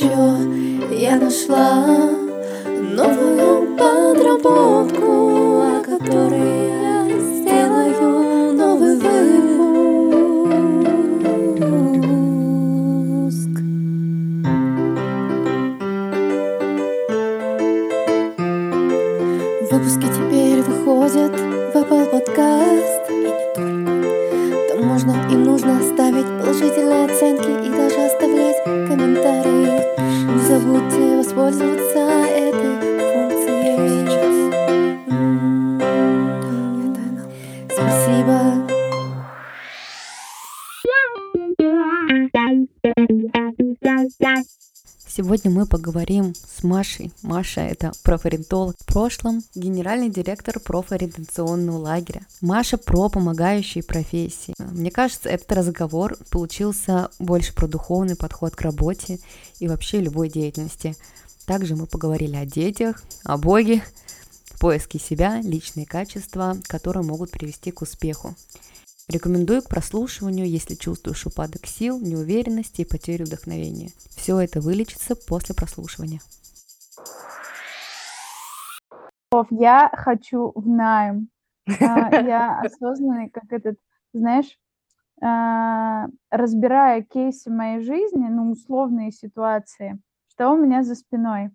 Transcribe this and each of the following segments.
еще я нашла новую подработку, о которой я сделаю новый выпуск. Выпуски теперь выходят в Apple Podcast и не только. Там можно и нужно ставить положительные оценки и даже оставлять комментарии. Не забудьте воспользоваться этой функцией. Спасибо. Сегодня мы поговорим с Машей. Маша — это профориентолог, в прошлом генеральный директор профориентационного лагеря. Маша про помогающие профессии. Мне кажется, этот разговор получился больше про духовный подход к работе и вообще любой деятельности. Также мы поговорили о детях, о Боге, поиске себя, личные качества, которые могут привести к успеху. Рекомендую к прослушиванию, если чувствуешь упадок сил, неуверенности и потерю вдохновения. Все это вылечится после прослушивания. Я хочу в найм. Я осознанный, как этот, знаешь, разбирая кейсы моей жизни, условные ситуации, что у меня за спиной.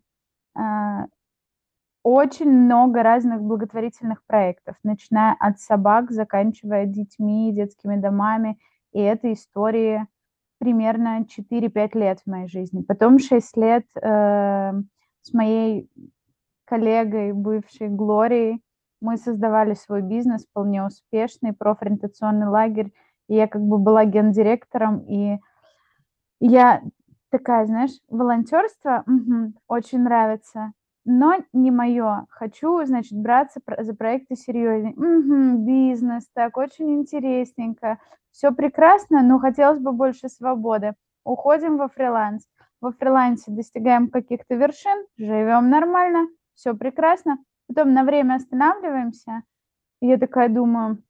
Очень много разных благотворительных проектов, начиная от собак, заканчивая детьми, детскими домами. И это истории примерно 4-5 лет в моей жизни. Потом 6 лет с моей коллегой, бывшей Глорией, мы создавали свой бизнес, вполне успешный, профориентационный лагерь. И я как бы была гендиректором, и я такая, знаешь, волонтерство очень нравится, но не мое. Хочу, значит, браться за проекты серьезнее. Бизнес, так, очень интересненько. Все прекрасно, но хотелось бы больше свободы. Уходим во фриланс. Во фрилансе достигаем каких-то вершин, живем нормально, все прекрасно. Потом на время останавливаемся. И я такая думаю,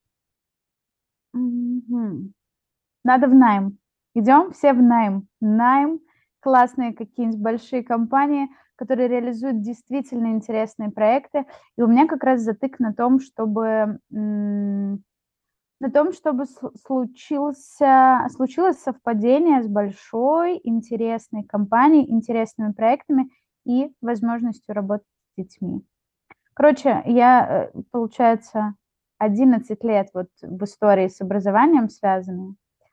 надо в найм. Идем все в найм. Найм, классные какие-нибудь большие компании, которые реализуют действительно интересные проекты. И у меня как раз затык на том, чтобы случилось совпадение с большой интересной компанией, интересными проектами и возможностью работать с детьми. Короче, я, получается, 11 лет вот в истории с образованием связаны.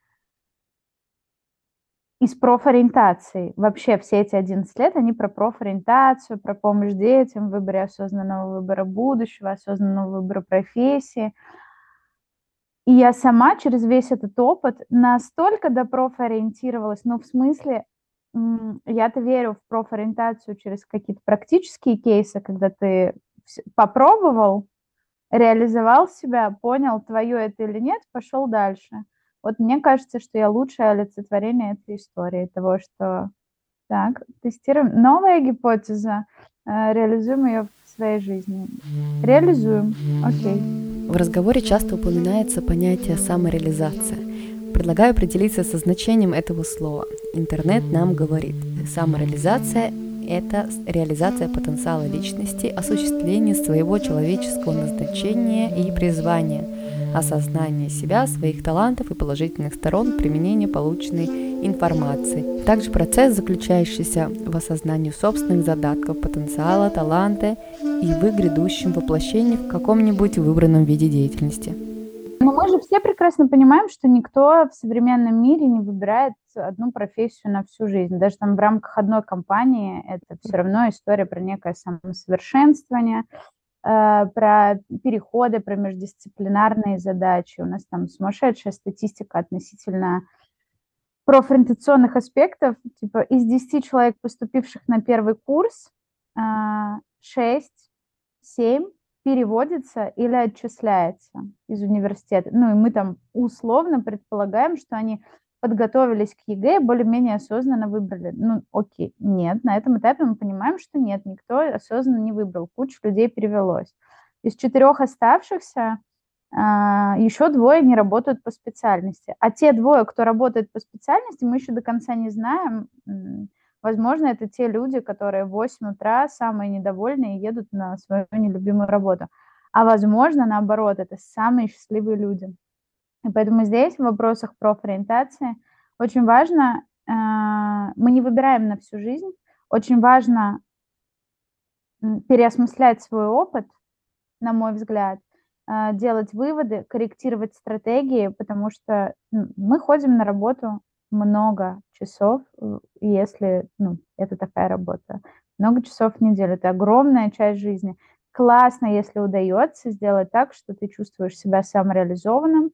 И с профориентацией. Вообще все эти 11 лет, они про профориентацию, про помощь детям в выборе осознанного выбора будущего, осознанного выбора профессии. И я сама через весь этот опыт настолько профориентировалась, в смысле, я-то верю в профориентацию через какие-то практические кейсы, когда ты попробовал, реализовал себя, понял, твое это или нет, пошел дальше. Вот мне кажется, что я лучшее олицетворение этой истории, того, что так, тестируем новая гипотеза, реализуем ее в своей жизни. Реализуем, окей. В разговоре часто упоминается понятие самореализация. Предлагаю определиться со значением этого слова. Интернет нам говорит, самореализация – это реализация потенциала личности, осуществление своего человеческого назначения и призвания, осознание себя, своих талантов и положительных сторон, применение полученной информации. Также процесс, заключающийся в осознании собственных задатков, потенциала, таланта и в их грядущем воплощении в каком-нибудь выбранном виде деятельности. Но мы же все прекрасно понимаем, что никто в современном мире не выбирает одну профессию на всю жизнь. Даже там в рамках одной компании это все равно история про некое самосовершенствование, про переходы, про междисциплинарные задачи. У нас там сумасшедшая статистика относительно профориентационных аспектов. Типа из 10 человек, поступивших на первый курс, 6-7 переводится или отчисляется из университета. И мы там условно предполагаем, что они подготовились к ЕГЭ, более-менее осознанно выбрали. Окей, нет, на этом этапе мы понимаем, что нет, никто осознанно не выбрал, куча людей перевелось. Из 4 оставшихся еще 2 не работают по специальности. А те 2, кто работает по специальности, мы еще до конца не знаем, Возможно, это те люди, которые в 8 утра самые недовольные и едут на свою нелюбимую работу. А возможно, наоборот, это самые счастливые люди. И поэтому здесь в вопросах профориентации очень важно, мы не выбираем на всю жизнь, очень важно переосмыслять свой опыт, на мой взгляд, делать выводы, корректировать стратегии, потому что мы ходим на работу много часов, если это такая работа, много часов в неделю. Это огромная часть жизни. Классно, если удается сделать так, что ты чувствуешь себя самореализованным,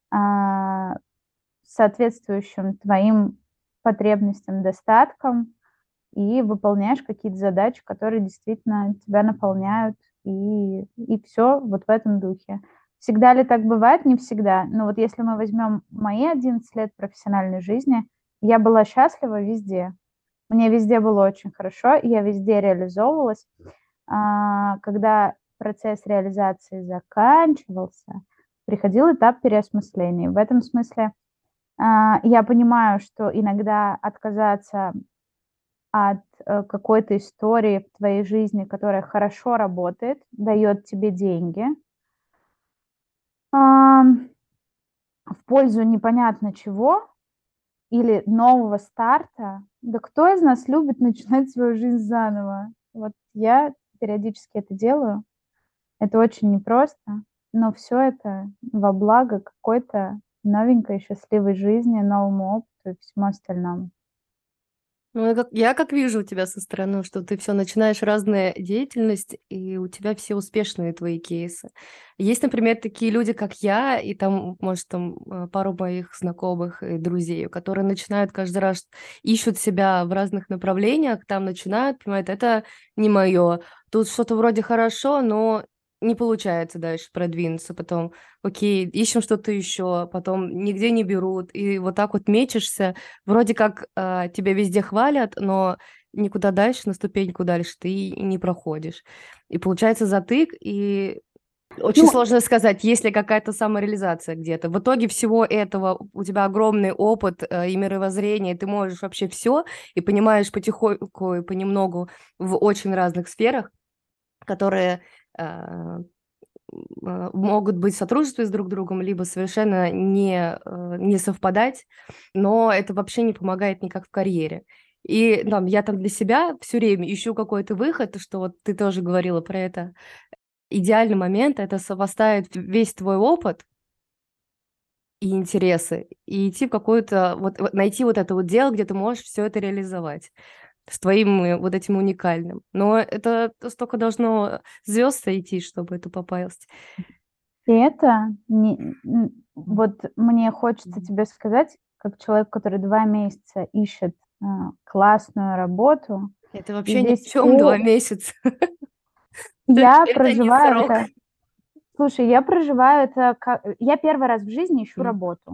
соответствующим твоим потребностям, достаткам, и выполняешь какие-то задачи, которые действительно тебя наполняют, и все вот в этом духе. Всегда ли так бывает? Не всегда. Но вот если мы возьмем мои 11 лет профессиональной жизни, я была счастлива везде. Мне везде было очень хорошо, я везде реализовывалась. Когда процесс реализации заканчивался, приходил этап переосмысления. В этом смысле я понимаю, что иногда отказаться от какой-то истории в твоей жизни, которая хорошо работает, дает тебе деньги, в пользу непонятно чего или нового старта. Да кто из нас любит начинать свою жизнь заново? Вот я периодически это делаю. Это очень непросто, но все это во благо какой-то новенькой счастливой жизни, новому опыту и всему остальному. Ну, я как вижу у тебя со стороны, что ты все начинаешь разные деятельность, и у тебя все успешные твои кейсы. Есть, например, такие люди, как я, и там, может, там пару моих знакомых и друзей, которые начинают каждый раз, ищут себя в разных направлениях, там начинают, понимают, это не мое. Тут что-то вроде хорошо, но не получается дальше продвинуться. Потом, окей, ищем что-то еще, потом нигде не берут, и вот так вот мечешься. Вроде как тебя везде хвалят, но никуда дальше, на ступеньку дальше ты и не проходишь. И получается затык, и очень сложно сказать, есть ли какая-то самореализация где-то. В итоге всего этого у тебя огромный опыт и мировоззрение, и ты можешь вообще все, и понимаешь потихоньку и понемногу в очень разных сферах, которые могут быть в сотрудничестве с друг другом, либо совершенно не совпадать, но это вообще не помогает никак в карьере. И я там для себя все время ищу какой-то выход, что вот ты тоже говорила про это. Идеальный момент — это сопоставить весь твой опыт и интересы, и идти в какую-то, найти вот это вот дело, где ты можешь все это реализовать с твоим вот этим уникальным. Но это столько должно звезд сойти, чтобы это попасть. И это вот мне хочется тебе сказать, как человек, который 2 месяца ищет классную работу. Это вообще ни в Здесь чем 2 месяца. я Это не проживаю срок. это. Слушай, я проживаю это я первый раз в жизни ищу работу.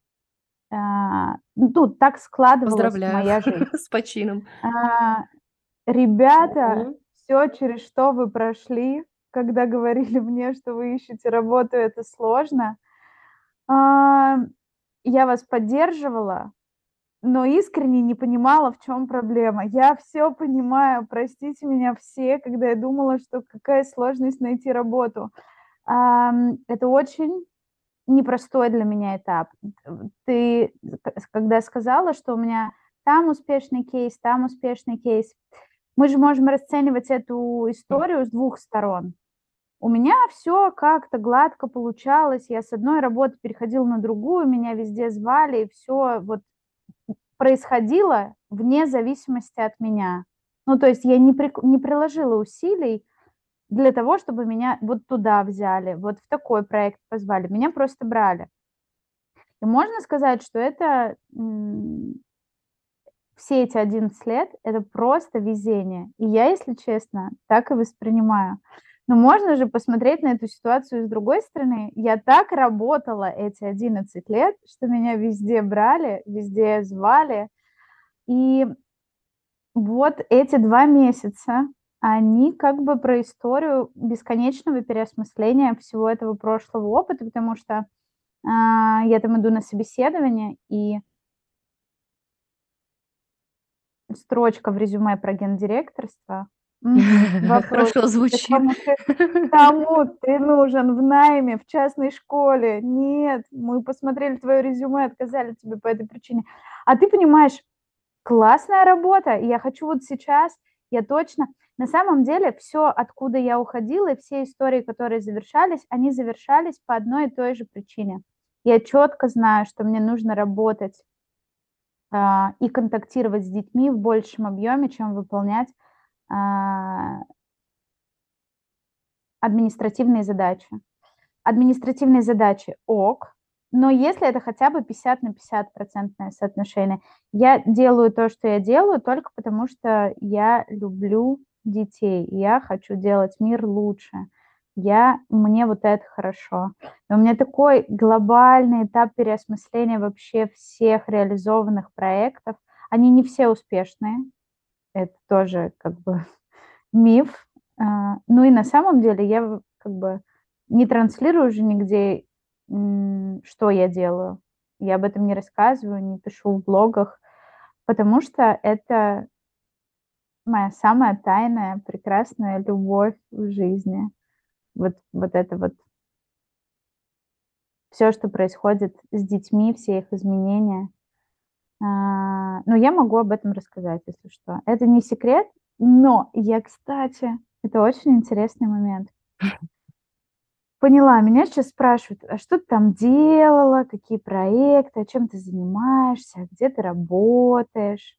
Тут так складывалась Поздравляю моя жизнь. с почином. Ребята, все, через что вы прошли, когда говорили мне, что вы ищете работу, это сложно. Я вас поддерживала, но искренне не понимала, в чем проблема. Я все понимаю, простите меня все, когда я думала, что какая сложность найти работу. Это очень непростой для меня этап. Ты когда сказала, что у меня там успешный кейс, мы же можем расценивать эту историю с 2 сторон. У меня все как-то гладко получалось. Я с одной работы переходила на другую, меня везде звали, и все вот происходило вне зависимости от меня. Ну, то есть я не приложила усилий для того, чтобы меня вот туда взяли, вот в такой проект позвали. Меня просто брали. И можно сказать, что это все эти 11 лет — это просто везение. И я, если честно, так и воспринимаю. Но можно же посмотреть на эту ситуацию с другой стороны. Я так работала эти 11 лет, что меня везде брали, везде звали. И вот эти 2 месяца, они как бы про историю бесконечного переосмысления всего этого прошлого опыта, потому что я там иду на собеседование, и строчка в резюме про гендиректорство. Мгм. Хорошо Вопросики. звучит. Кому ты нужен в найме, в частной школе? Нет, мы посмотрели твое резюме, отказали тебе по этой причине. А ты понимаешь, классная работа, и я хочу вот сейчас, я точно на самом деле все, откуда я уходила, и все истории, которые завершались, они завершались по одной и той же причине. Я четко знаю, что мне нужно работать, и контактировать с детьми в большем объеме, чем выполнять, а, административные задачи. Административные задачи ок, но если это хотя бы 50 на 50% соотношение. Я делаю то, что я делаю, только потому что я люблю детей, и я хочу делать мир лучше. Мне вот это хорошо. И у меня такой глобальный этап переосмысления вообще всех реализованных проектов. Они не все успешные, это тоже как бы миф. Ну и на самом деле я как бы не транслирую уже нигде, что я делаю. Я об этом не рассказываю, не пишу в блогах, потому что это моя самая тайная, прекрасная любовь в жизни. Вот это вот все, что происходит с детьми, все их изменения. Но я могу об этом рассказать, если что. Это не секрет, но кстати, это очень интересный момент. Поняла. Меня сейчас спрашивают: "А что ты там делала? Какие проекты? А чем ты занимаешься? Где ты работаешь?"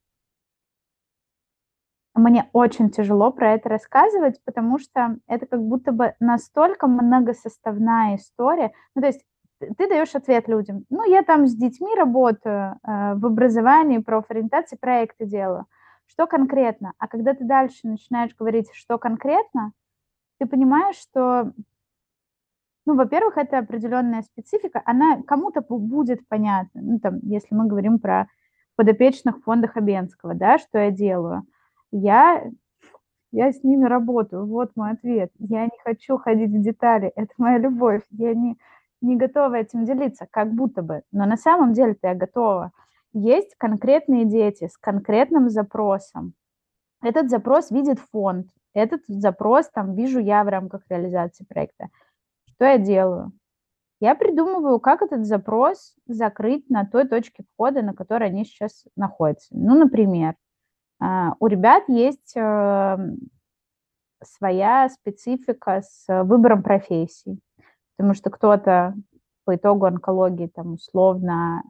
Мне очень тяжело про это рассказывать, потому что это как будто бы настолько многосоставная история. Ну, то есть ты даешь ответ людям: "Ну, я там с детьми работаю, в образовании, профориентации, проекты делаю". Что конкретно? А когда ты дальше начинаешь говорить, что конкретно, ты понимаешь, что, ну, во-первых, это определенная специфика, она кому-то будет понятна. Ну, там, если мы говорим про подопечных фонда Хабенского, да, что я делаю. Я я с ними работаю, вот мой ответ. Я не хочу ходить в детали, это моя любовь. Я не готова этим делиться, как будто бы, но на самом деле-то я готова. Есть конкретные дети с конкретным запросом. Этот запрос видит фонд, этот запрос там вижу я в рамках реализации проекта. Что я делаю? Я придумываю, как этот запрос закрыть на той точке входа, на которой они сейчас находятся. Ну, например, у ребят есть своя специфика с выбором профессий, потому что кто-то по итогу онкологии там условно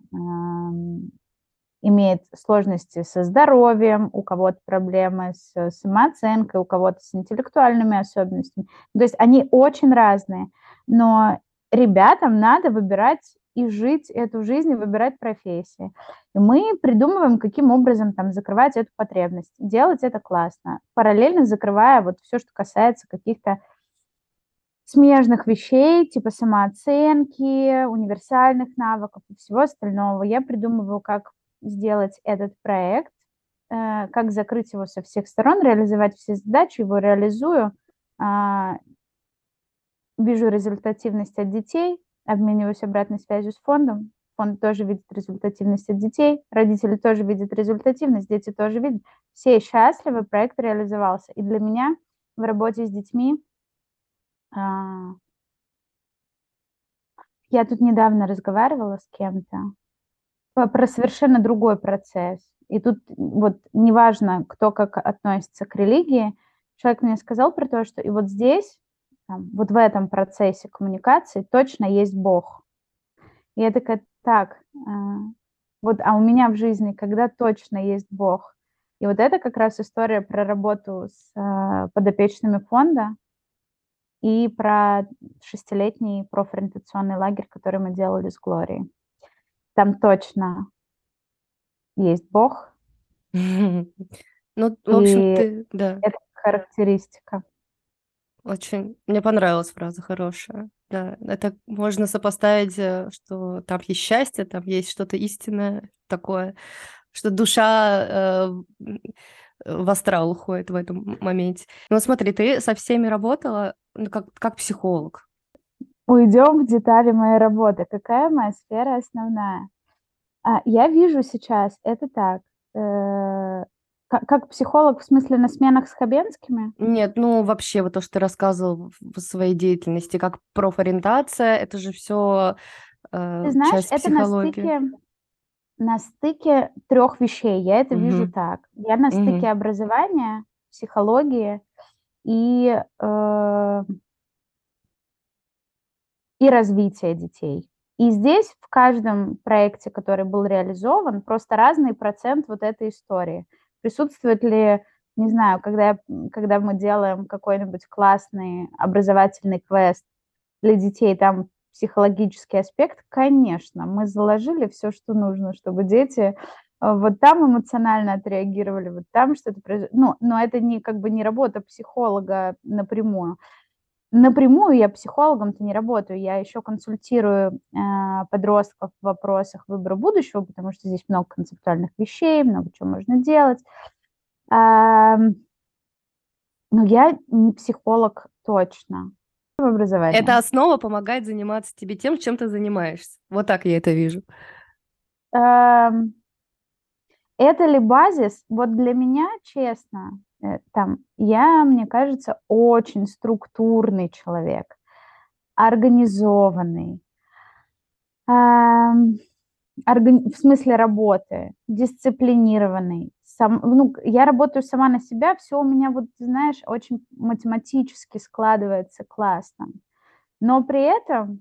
имеет сложности со здоровьем, у кого-то проблемы с самооценкой, у кого-то с интеллектуальными особенностями. То есть они очень разные, но ребятам надо выбирать и жить эту жизнь, и выбирать профессии. И мы придумываем, каким образом там закрывать эту потребность. Делать это классно, параллельно закрывая вот все, что касается каких-то смежных вещей, типа самооценки, универсальных навыков и всего остального. Я придумываю, как сделать этот проект, как закрыть его со всех сторон, реализовать все задачи, его реализую, а, вижу результативность от детей, обмениваюсь обратной связью с фондом, фонд тоже видит результативность от детей, родители тоже видят результативность, дети тоже видят. Все счастливы, проект реализовался. И для меня в работе с детьми я тут недавно разговаривала с кем-то про совершенно другой процесс. И тут вот неважно, кто как относится к религии, человек мне сказал про то, что и вот здесь, там, вот в этом процессе коммуникации точно есть Бог. И я такая: так, вот, а у меня в жизни когда точно есть Бог? И вот это как раз история про работу с подопечными фонда и про 6-летний профориентационный лагерь, который мы делали с Глорией. Там точно есть Бог, Ну, в общем, и ты, да, это характеристика. очень... Мне понравилась фраза хорошая. Да, это можно сопоставить, что там есть счастье, там есть что-то истинное такое, что душа в астрал уходит в этом моменте. Ну, вот смотри, ты со всеми работала, ну, как психолог. Уйдем в детали моей работы. Какая моя сфера основная? Я вижу сейчас это так. Как психолог, в смысле, на сменах с Хабенскими? Нет, ну вообще вот то, что ты рассказывал в своей деятельности, как профориентация, это же все Ты знаешь, часть это психологии. на стыке 3 вещей. Я это вижу Мгм. так. Я на стыке Мгм. образования, психологии и, и развития детей. И здесь в каждом проекте, который был реализован, просто разный процент вот этой истории. Присутствует ли, не знаю, когда мы делаем какой-нибудь классный образовательный квест для детей, там психологический аспект, конечно, мы заложили все, что нужно, чтобы дети вот там эмоционально отреагировали, вот там что-то произошло. Ну, но это не как бы не работа психолога напрямую. Напрямую я психологом-то не работаю, я еще консультирую подростков в вопросах выбора будущего, потому что здесь много концептуальных вещей, много чего можно делать. Но я не психолог точно в Эта образовании. основа помогает заниматься тебе тем, чем ты занимаешься. Вот так я это вижу. Эм, Это ли базис? Вот для меня, честно, я, мне кажется, очень структурный человек, организованный, ам, в смысле работы, дисциплинированный. Ну, я работаю сама на себя, все у меня, вот, ты знаешь, очень математически складывается классно. Но при этом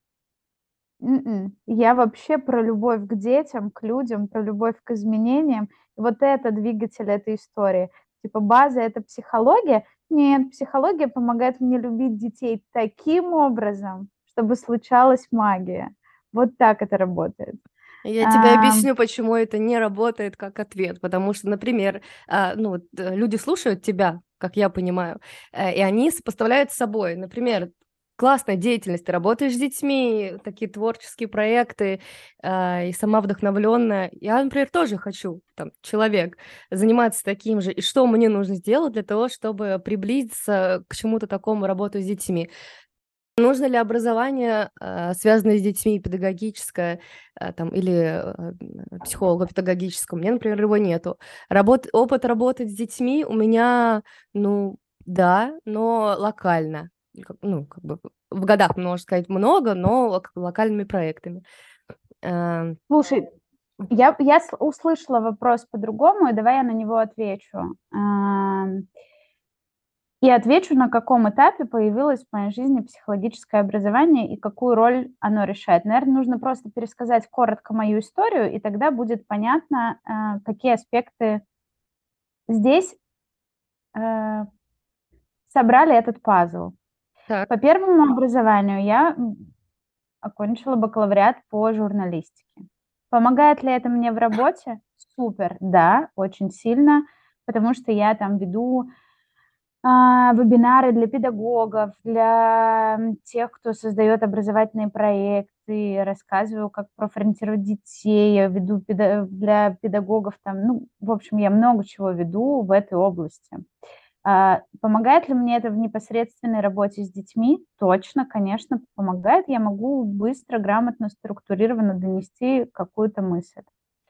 я вообще про любовь к детям, к людям, про любовь к изменениям. И вот это двигатель этой истории. Типа база — это психология? Нет, психология помогает мне любить детей таким образом, чтобы случалась магия. Вот так это работает. Я тебе Ам, объясню, почему это не работает как ответ. Потому что, например, ну, вот, люди слушают тебя, как я понимаю, и они сопоставляют с собой. Например, классная деятельность, ты работаешь с детьми, такие творческие проекты, и сама вдохновленная. Я, например, тоже хочу, там, человек, заниматься таким же. И что мне нужно сделать для того, чтобы приблизиться к чему-то такому, работаю с детьми? Нужно ли образование, связанное с детьми, педагогическое, там, или психолого-педагогическое? У меня, например, его нету. Опыт работать с детьми у меня, ну, да, но локально. Ну, как бы в годах, можно сказать, много, но локальными проектами. Э, Слушай, я услышала вопрос по-другому, и давай я на него отвечу. И отвечу, на каком этапе появилось в моей жизни психологическое образование и какую роль оно решает. Наверное, нужно просто пересказать коротко мою историю, и тогда будет понятно, какие аспекты здесь э, собрали этот пазл. По Так. первому образованию я окончила бакалавриат по журналистике. Помогает ли это мне в работе? Супер, да, очень сильно, потому что я там веду вебинары для педагогов, для тех, кто создает образовательные проекты, рассказываю, как профориентировать детей, я веду для педагогов там, ну, в общем, я много чего веду в этой области. Помогает ли мне это в непосредственной работе с детьми? Точно, конечно, помогает. Я могу быстро, грамотно, структурированно донести какую-то мысль.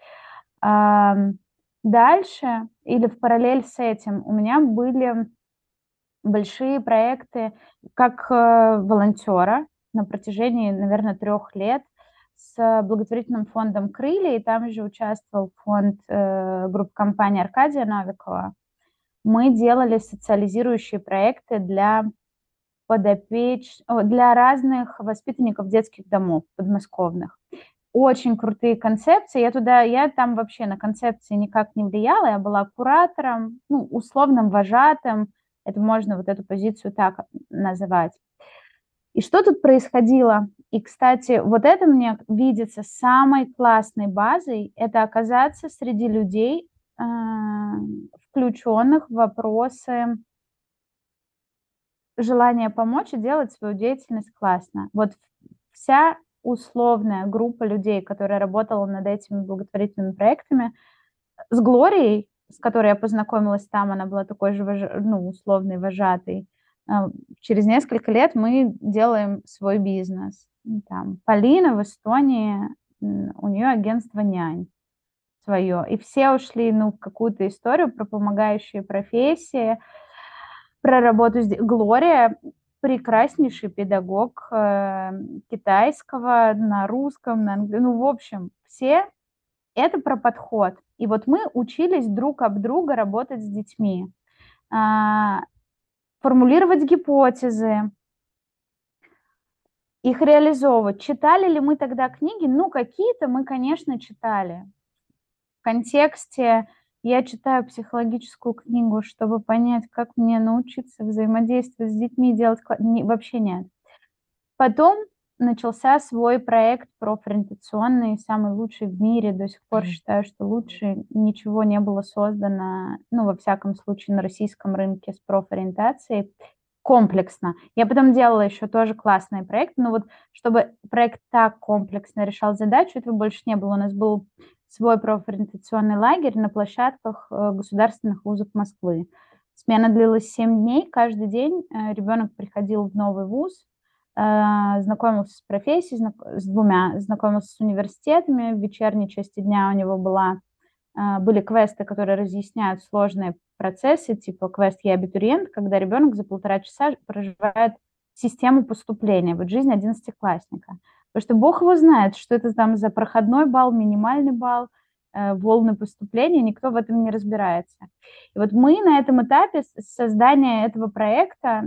Дальше или в параллель с этим у меня были большие проекты как волонтера на протяжении, наверное, 3 лет с благотворительным фондом «Крылья», и там же участвовал фонд группы компании Аркадия Новикова. Мы делали социализирующие проекты для для разных воспитанников детских домов подмосковных. Очень крутые концепции. Я там вообще на концепции никак не влияла. Я была куратором, ну, условным вожатым. Это можно вот эту позицию так называть. И что тут происходило? И, кстати, вот это мне видится самой классной базой. Это оказаться среди людей, включенных в вопросы желания помочь и делать свою деятельность классно. Вот вся условная группа людей, которая работала над этими благотворительными проектами, с Глорией, с которой я познакомилась там, она была такой же ну, условной вожатой. Через несколько лет мы делаем свой бизнес. Там Полина в Эстонии, у нее агентство нянь. свое. И все ушли, в какую-то историю про помогающие профессии, про работу с Глория прекраснейший педагог китайского на русском, на английском. В общем, все это про подход. И вот мы учились друг об друга работать с детьми, формулировать гипотезы, их реализовывать. Читали ли мы тогда книги? Какие-то мы, конечно, читали. В контексте я читаю психологическую книгу, чтобы понять, как мне научиться взаимодействовать с детьми, делать... Вообще нет. Потом начался свой проект профориентационный, самый лучший в мире. До сих пор считаю, что лучше ничего не было создано, во всяком случае, на российском рынке с профориентацией комплексно. Я потом делала еще тоже классный проект, но вот чтобы проект так комплексно решал задачу, этого больше не было. У нас был свой профориентационный лагерь на площадках государственных вузов Москвы. Смена длилась 7 дней. Каждый день ребенок приходил в новый вуз, знакомился с профессией, с двумя, знакомился с университетами. В вечерней части дня у него были квесты, которые разъясняют сложные процессы, типа квест «Я абитуриент», когда ребенок за 1,5 часа проживает систему поступления, вот жизнь 11-классника. Потому что Бог его знает, что это там за проходной балл, минимальный балл, волны поступления, никто в этом не разбирается. И вот мы на этом этапе создания этого проекта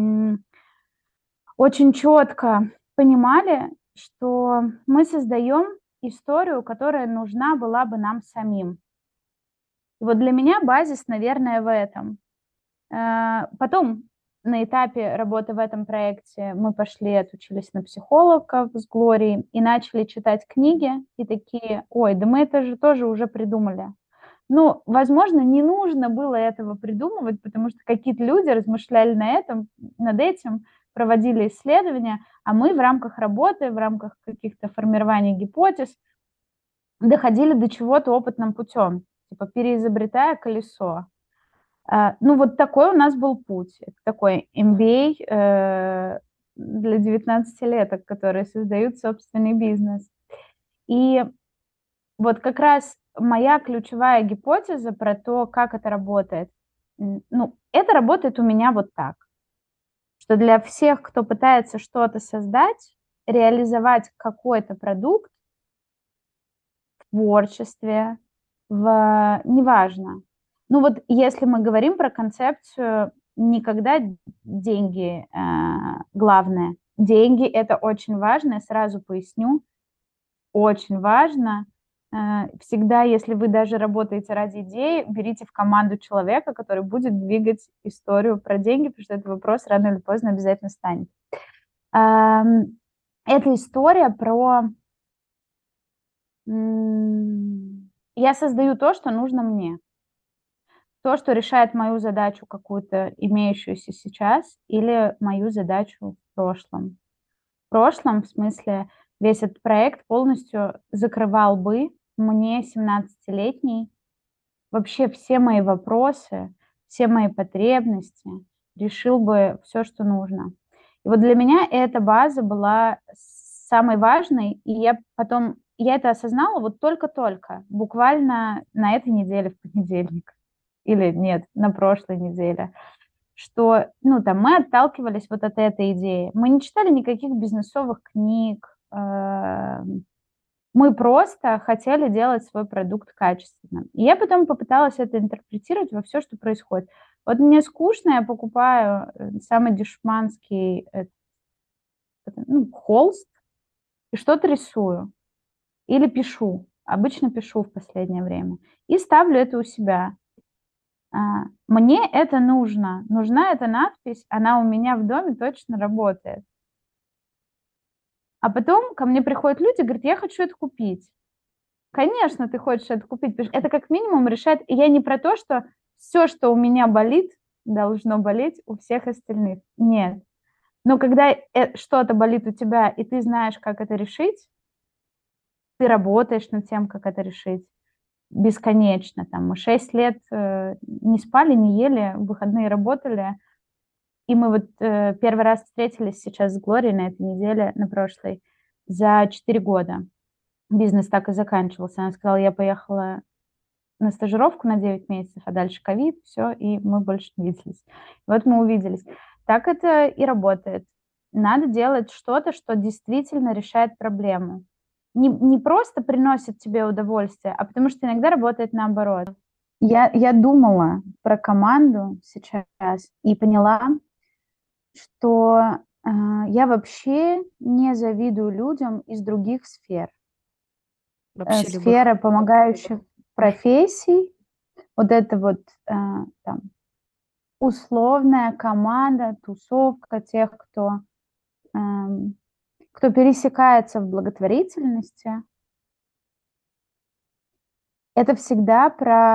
очень четко понимали, что мы создаем историю, которая нужна была бы нам самим. И вот для меня базис, наверное, в этом. Потом на этапе работы в этом проекте мы пошли, отучились на психологов с Глорией и начали читать книги, и такие: ой, да мы это же тоже уже придумали. Возможно, не нужно было этого придумывать, потому что какие-то люди размышляли над этим, проводили исследования, а мы в рамках работы, в рамках каких-то формирований гипотез доходили до чего-то опытным путем, типа переизобретая колесо. Вот такой у нас был путь. Это такой MBA для 19-леток, которые создают собственный бизнес. И вот как раз моя ключевая гипотеза про то, как это работает. Это работает у меня вот так, что для всех, кто пытается что-то создать, реализовать какой-то продукт в творчестве, неважно. Если мы говорим про концепцию, никогда деньги главное. Деньги – это очень важно, я сразу поясню, очень важно. Всегда, если вы даже работаете ради идеи, берите в команду человека, который будет двигать историю про деньги, потому что этот вопрос рано или поздно обязательно станет. Это история про... Я создаю то, что нужно мне. То, что решает мою задачу какую-то, имеющуюся сейчас, или мою задачу в прошлом. В прошлом, в смысле, весь этот проект полностью закрывал бы мне, 17-летней, вообще все мои вопросы, все мои потребности, решил бы все, что нужно. И вот для меня эта база была самой важной, и я это осознала вот только-только, буквально на этой неделе, в понедельник. Или нет, на прошлой неделе, что, мы отталкивались вот от этой идеи. Мы не читали никаких бизнесовых книг, мы просто хотели делать свой продукт качественно. И я потом попыталась это интерпретировать во все, что происходит. Вот мне скучно, я покупаю самый дешманский холст и что-то рисую или пишу. Обычно пишу в последнее время. И ставлю это у себя. Мне это нужно. Нужна эта надпись, она у меня в доме точно работает. А потом ко мне приходят люди и говорят: я хочу это купить. Конечно, ты хочешь это купить, потому что это как минимум решает... И я не про то, что все, что у меня болит, должно болеть у всех остальных. Нет. Но когда что-то болит у тебя, и ты знаешь, как это решить, ты работаешь над тем, как это решить бесконечно. Мы 6 лет не спали, не ели, в выходные работали. И мы первый раз встретились сейчас с Глорией на этой неделе, на прошлой, за 4 года. бизнес так и заканчивался. Она сказала: я поехала на стажировку на 9 месяцев, а дальше ковид, все, и мы больше не виделись. Вот мы увиделись. Так это и работает. Надо делать что-то, что действительно решает проблему. Не просто приносит тебе удовольствие, а потому что иногда работает наоборот. Я думала про команду сейчас и поняла, что я вообще не завидую людям из других сфер. Вообще любых. Сфера помогающих профессий, вот это вот там условная команда, тусовка тех, кто пересекается в благотворительности, это всегда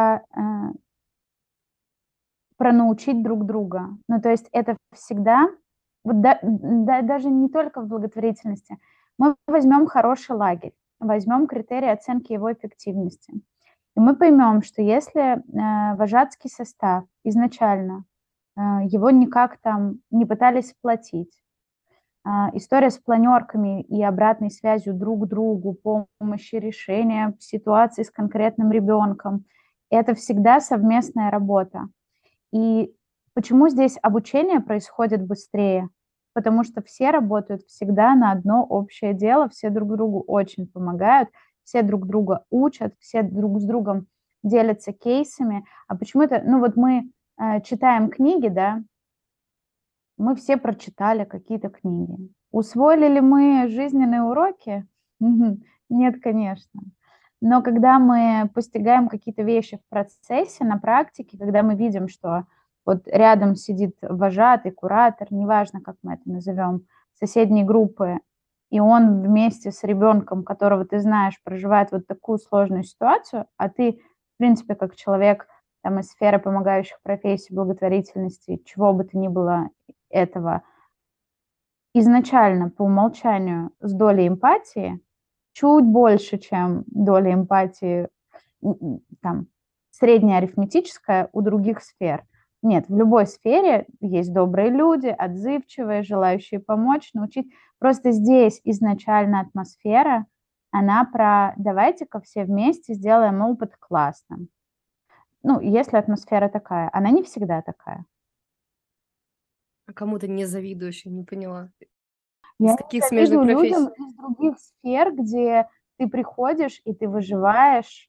про научить друг друга. Ну, то есть это всегда, вот даже не только в благотворительности. Мы возьмем хороший лагерь, возьмем критерии оценки его эффективности. И мы поймем, что если вожатский состав изначально его никак там не пытались платить, история с планерками и обратной связью друг другу, помощи, решения ситуации с конкретным ребенком, это всегда совместная работа. И почему здесь обучение происходит быстрее? Потому что все работают всегда на одно общее дело, все друг другу очень помогают, все друг друга учат, все друг с другом делятся кейсами. А почему-то, ну вот мы читаем книги, да, мы все прочитали какие-то книги. Усвоили ли мы жизненные уроки? Нет, конечно. Но когда мы постигаем какие-то вещи в процессе, на практике, когда мы видим, что вот рядом сидит вожатый, куратор, неважно, как мы это назовем, соседней группы, и он вместе с ребенком, которого ты знаешь, проживает вот такую сложную ситуацию, а ты, в принципе, как человек там, из сферы помогающих профессий, благотворительности, чего бы то ни было этого, изначально по умолчанию с долей эмпатии, чуть больше, чем доля эмпатии там, средняя арифметическая у других сфер. Нет, в любой сфере есть добрые люди, отзывчивые, желающие помочь, научить. Просто здесь изначально атмосфера, она про давайте-ка все вместе сделаем опыт классным. Ну, если атмосфера такая, она не всегда такая. А кому ты не завидуешь, я не поняла. Я Из не каких смежных завидую людям профессий? из других сфер, где ты приходишь и ты выживаешь,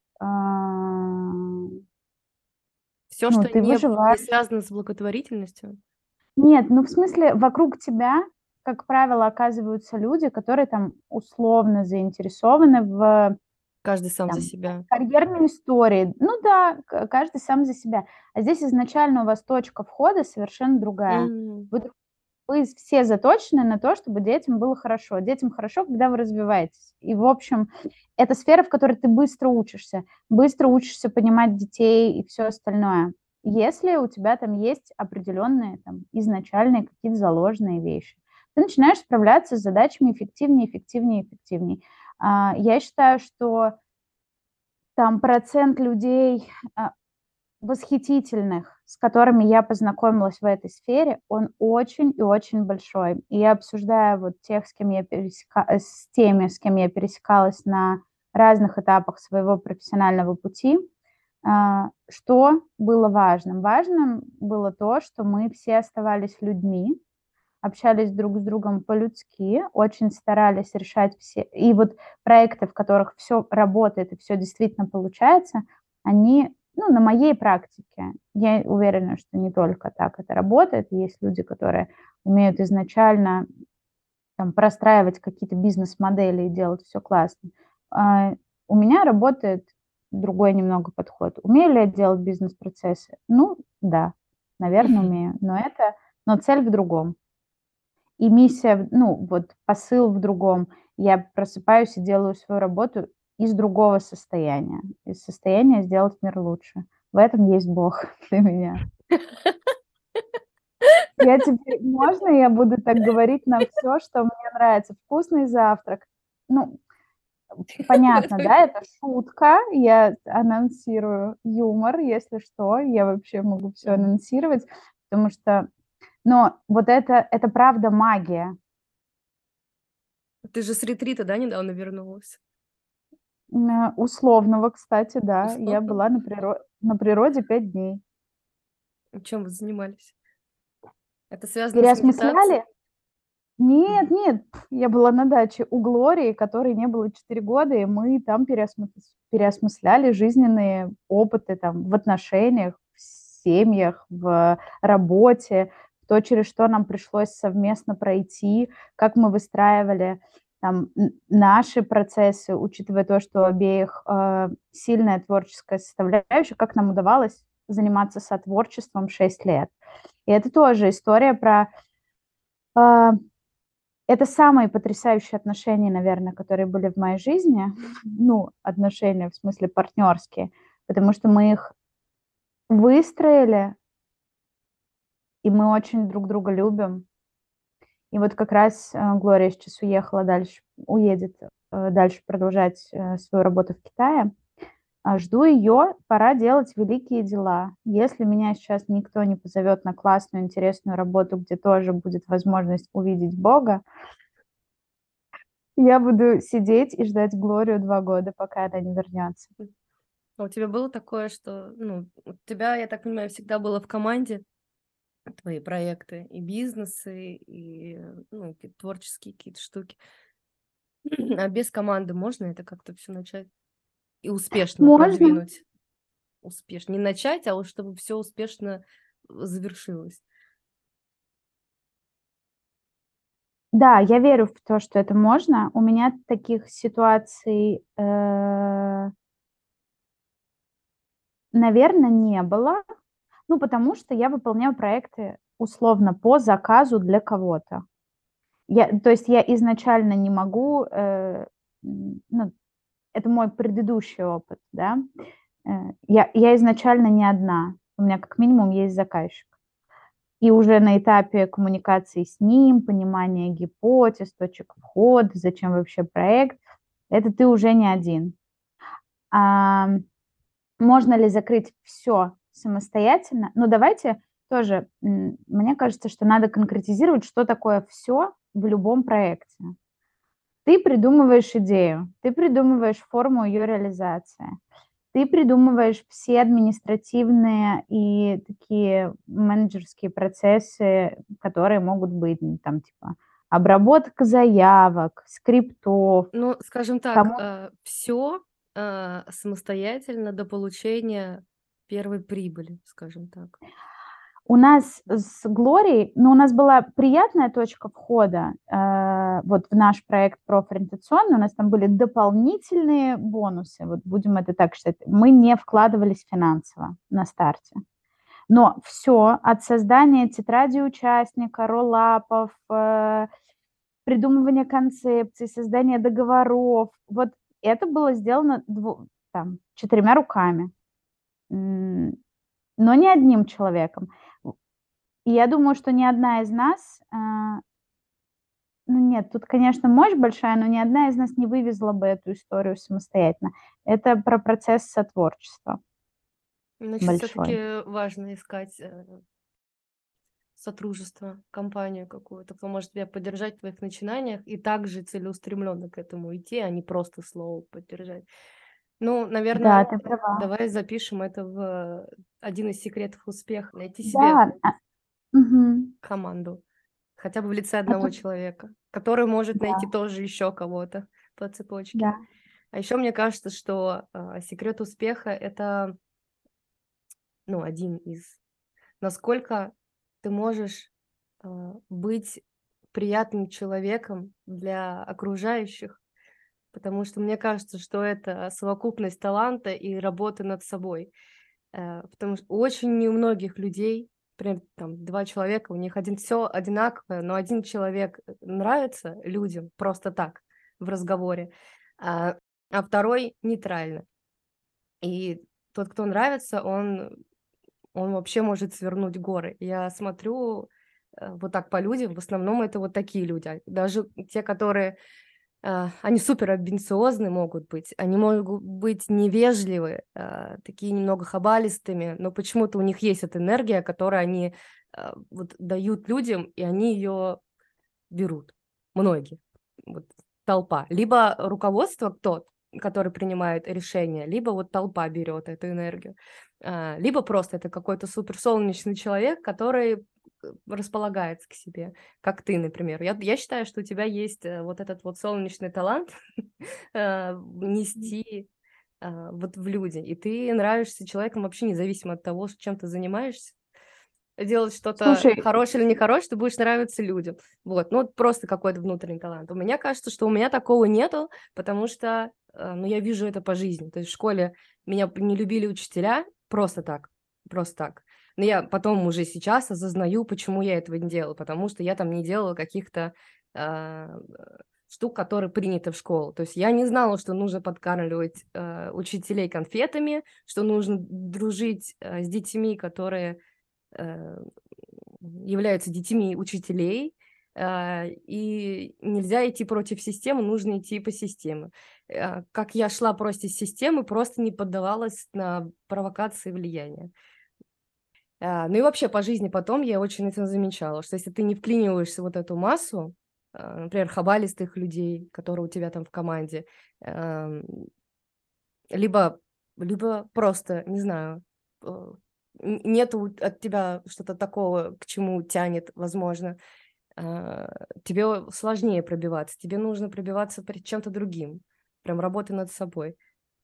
Все, ну, что ты не выживаешь. связано с благотворительностью? Нет, ну, в смысле, вокруг тебя, как правило, оказываются люди, которые там условно заинтересованы в Каждый сам за там, себя. карьерной истории. Ну да, каждый сам за себя. А здесь изначально у вас точка входа совершенно другая. М. Вы все заточены на то, чтобы детям было хорошо. Детям хорошо, когда вы развиваетесь. И, в общем, это сфера, в которой ты быстро учишься понимать детей и все остальное. Если у тебя там есть определенные там, изначальные какие-то заложенные вещи, ты начинаешь справляться с задачами эффективнее, эффективнее, эффективнее. Я считаю, что там процент людей восхитительных, с которыми я познакомилась в этой сфере, он очень и очень большой. И я обсуждаю вот тех, с теми, с кем я пересекалась на разных этапах своего профессионального пути, что было важным? Важным было то, что мы все оставались людьми, общались друг с другом по-людски, очень старались решать все. И вот проекты, в которых все работает и все действительно получается, они, ну, на моей практике, я уверена, что не только так это работает. Есть люди, которые умеют изначально там, простраивать какие-то бизнес-модели и делать все классно. У меня работает другой немного подход. Умею ли я делать бизнес-процессы? Ну, да, наверное, умею. Но цель в другом. И миссия, ну, вот посыл в другом. Я просыпаюсь и делаю свою работу из другого состояния. Из состояния сделать мир лучше. В этом есть Бог для меня. Я теперь можно я буду так говорить на все, что мне нравится? Вкусный завтрак. Ну, понятно, да, это шутка. Я анонсирую юмор, если что. Я вообще могу все Мгм. анонсировать, потому что но вот это правда магия. Ты же с ретрита, да, недавно вернулась? Условного, кстати, да. Я Условно. была на природе 5 дней. Чем вы занимались? Это связано с медитацией? Переосмысляли? Нет, нет, я была на даче у Глории, которой не было 4 года, и мы там переосмысляли жизненные опыты там в отношениях, в семьях, в работе, то, через что нам пришлось совместно пройти, как мы выстраивали там наши процессы, учитывая то, что у обеих сильная творческая составляющая, как нам удавалось заниматься сотворчеством 6 лет. И это тоже история про а, это самые потрясающие отношения, наверное, которые были в моей жизни. Ну, отношения в смысле партнерские, потому что мы их выстроили, и мы очень друг друга любим. И вот как раз Глория сейчас уедет дальше продолжать свою работу в Китае. Жду ее, пора делать великие дела. Если меня сейчас никто не позовет на классную, интересную работу, где тоже будет возможность увидеть Бога, я буду сидеть и ждать Глорию 2 года, пока она не вернется. А у тебя было такое, что, ну, у тебя, я так понимаю, всегда было в команде твои проекты, и бизнесы, и, ну, какие-то творческие какие-то штуки. А без команды можно это как-то все начать и успешно Можно. продвинуть? Успешно. Не начать, а вот чтобы все успешно завершилось. Да, я верю в то, что это можно. У меня таких ситуаций, наверно, не было. Ну, потому что я выполняю проекты условно по заказу для кого-то. То есть я изначально не могу, ну, это мой предыдущий опыт, да. Я изначально не одна. У меня как минимум есть заказчик. И уже на этапе коммуникации с ним, понимания гипотез, точек входа, зачем вообще проект, это ты уже не один. Можно ли закрыть все самостоятельно? Ну, давайте тоже, мне кажется, что надо конкретизировать, что такое все в любом проекте. Ты придумываешь идею, ты придумываешь форму ее реализации, ты придумываешь все административные и такие менеджерские процессы, которые могут быть, там, типа, обработка заявок, скриптов, Ну, скажем так, кому все самостоятельно до получения первой прибыли, скажем так. У нас с Глорией, ну, у нас была приятная точка входа, вот в наш проект профориентационный. У нас там были дополнительные бонусы, вот будем это так считать. Мы не вкладывались финансово на старте. Но все от создания тетради участника, роллапов, придумывания концепций, создания договоров, вот это было сделано 4 руками, но не одним человеком. И я думаю, что ни одна из нас, ну нет, тут, конечно, мощь большая, но ни одна из нас не вывезла бы эту историю самостоятельно. Это про процесс сотворчества Значит, большой. все-таки важно искать сотрудничество, компанию какую-то, кто может тебя поддержать в твоих начинаниях и также целеустремленно к этому идти, а не просто слово поддержать. Ну, наверное, Да, ты права. давай запишем это в один из секретов успеха. Найти себе Да, мгм. команду, хотя бы в лице А одного тут человека, который может найти да, тоже еще кого-то по цепочке. да. А еще мне кажется, что секрет успеха это, ну, один из, насколько ты можешь быть приятным человеком для окружающих, потому что мне кажется, что это совокупность таланта и работы над собой. Потому что очень не у многих людей, например, там 2 человека, у них все одинаковое, но один человек нравится людям просто так в разговоре, а второй нейтрально. И тот, кто нравится, он вообще может свернуть горы. Я смотрю вот так по людям, в основном это вот такие люди. Даже те, которые они супер амбициозны могут быть, они могут быть невежливы, такие немного хабалистыми, но почему-то у них есть эта энергия, которую они вот дают людям, и они ее берут. Многие. Вот толпа. Либо руководство который принимает решения, либо вот толпа берет эту энергию, либо просто это какой-то суперсолнечный человек, который располагается к себе, как ты, например. Я считаю, что у тебя есть вот этот вот солнечный талант нести вот в люди, и ты нравишься человеком вообще независимо от того, чем ты занимаешься. Делать что-то Слушай, хорошее или нехорошее, ты будешь нравиться людям. Вот, ну, вот просто какой-то внутренний талант. У меня кажется, что у меня такого нету, потому что, ну, я вижу это по жизни. То есть в школе меня не любили учителя просто так, просто так. Но я потом уже сейчас осознаю, почему я этого не делала, потому что я там не делала каких-то штук, которые приняты в школу. То есть я не знала, что нужно подкармливать учителей конфетами, что нужно дружить с детьми, которые являются детьми учителей, и нельзя идти против системы, нужно идти по системе. Как я шла против системы, просто не поддавалась на провокации и влияние. Ну и вообще по жизни потом я очень это замечала, что если ты не вклиниваешься в вот эту массу, например, хабалистых людей, которые у тебя там в команде, либо просто, не знаю, нету от тебя что-то такого, к чему тянет, возможно, тебе сложнее пробиваться. Тебе нужно пробиваться перед чем-то другим. Прям работай над собой.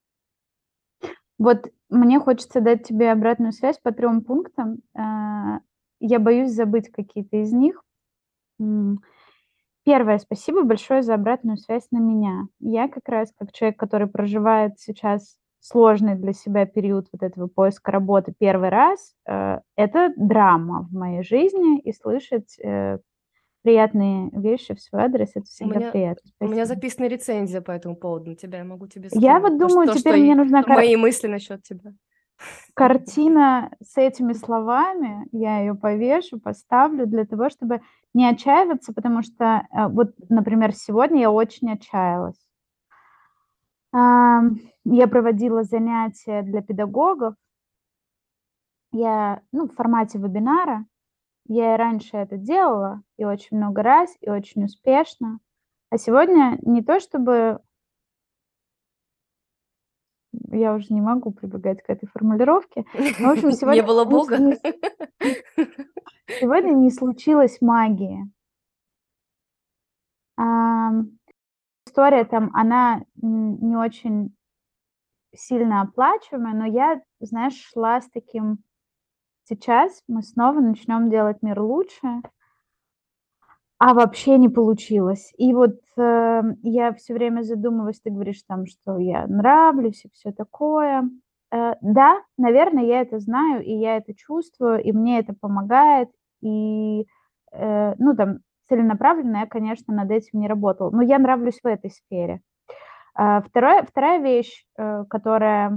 вот мне хочется дать тебе обратную связь по 3 пунктам. Я боюсь забыть какие-то из них. Первое, спасибо большое за обратную связь на меня. Я как раз как человек, который проживает сейчас сложный для себя период вот этого поиска работы первый раз, это драма в моей жизни, и слышать приятные вещи в свой адрес — это У всегда меня, приятно. у меня Спасибо. записана рецензия по этому поводу на тебя. Я могу тебе Я скинуть вот думаю, что теперь мне нужна мои мысли насчет тебя. картина с этими словами, я ее повешу, поставлю для того, чтобы не отчаиваться, потому что, вот, например, сегодня я очень отчаялась. Я проводила занятия для педагогов. В формате вебинара. Я и раньше это делала, и очень много раз, и очень успешно. А сегодня не то чтобы я уже не могу прибегать к этой формулировке, но, в общем, Не сегодня было Бога. сегодня не случилось магии. История там, она не очень сильно оплачиваемая, но я, знаешь, шла с таким: сейчас мы снова начнем делать мир лучше, а вообще не получилось. И вот я все время задумываюсь, ты говоришь там, что я нравлюсь и все такое. Да, наверное, я это знаю, и я это чувствую, и мне это помогает. И, целенаправленно я, конечно, над этим не работала. Но я нравлюсь в этой сфере. Вторая вещь, которая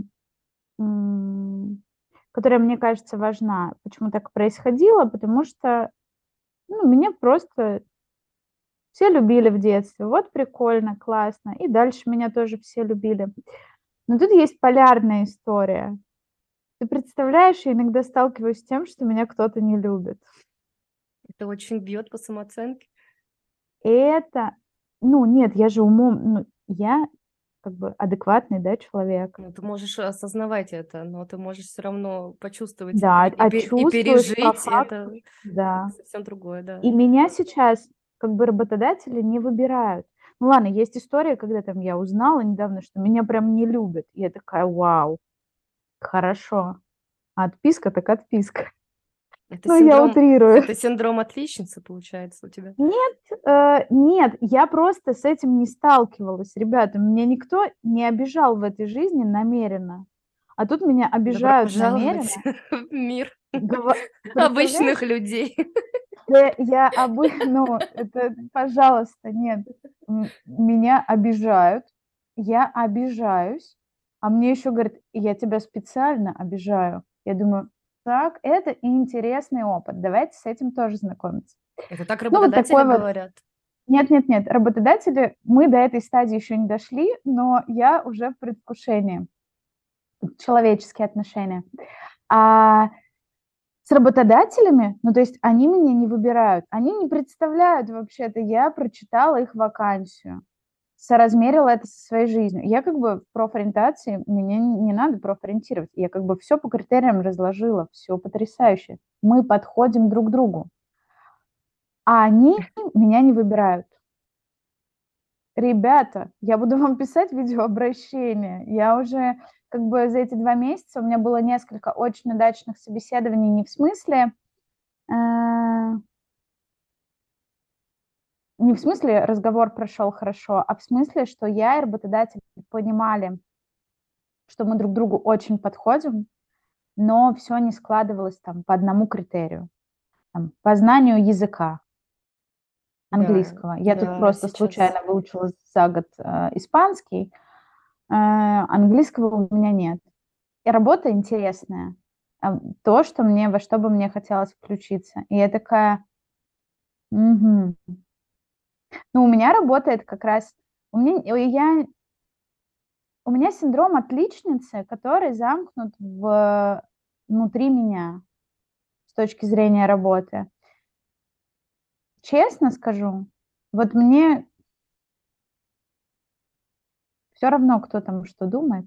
мне кажется важна. Почему так происходило? Потому что, меня просто все любили в детстве. Вот прикольно, классно. И дальше меня тоже все любили. Но тут есть полярная история. Ты представляешь, я иногда сталкиваюсь с тем, что меня кто-то не любит. Это очень бьет по самооценке. И это, нет, я же умом, я как бы адекватный, да, человек. Ну, ты можешь осознавать это, но ты можешь все равно почувствовать и, Да, и чувствуешь по пережить факту, это да. совсем другое, да. И меня сейчас как бы работодатели не выбирают. Ну ладно, есть история, когда там я узнала недавно, что меня прям не любят. И я такая: вау, хорошо. Отписка так отписка. Это Ну, я утрирую. синдром отличницы, получается, у тебя. Нет, я просто с этим не сталкивалась. Ребята, меня никто не обижал в этой жизни намеренно. А тут меня Добро обижают пожаловать намеренно. в мир Представляешь? обычных людей. Это, пожалуйста, нет. Меня обижают, я обижаюсь, а мне еще говорят: я тебя специально обижаю. Я думаю: так, это интересный опыт, давайте с этим тоже знакомиться. Это так Вот работодатели такой вот. говорят. Нет, работодатели, мы до этой стадии еще не дошли, но я уже в предвкушении. Человеческие отношения. А с работодателями, то есть они меня не выбирают, они не представляют вообще-то, я прочитала их вакансию. соразмерила это со своей жизнью. Я как бы в профориентации, мне не надо профориентировать. Я как бы все по критериям разложила, все потрясающе. Мы подходим друг к другу. А они меня не выбирают. Ребята, я буду вам писать видеообращение. Я уже как бы за эти 2 месяца у меня было несколько очень удачных собеседований, не в смысле, не в смысле разговор прошел хорошо, а в смысле, что я и работодатель понимали, что мы друг другу очень подходим, но все не складывалось там по одному критерию. Там, по знанию языка Да, английского. Я тут да, просто сейчас. случайно выучила за год испанский, английского у меня нет. И работа интересная, то, что мне, во что бы мне хотелось включиться. И я такая, мгм. Ну, у меня работает как раз, у меня синдром отличницы, который замкнут внутри меня с точки зрения работы. Честно скажу, вот мне все равно, кто там что думает.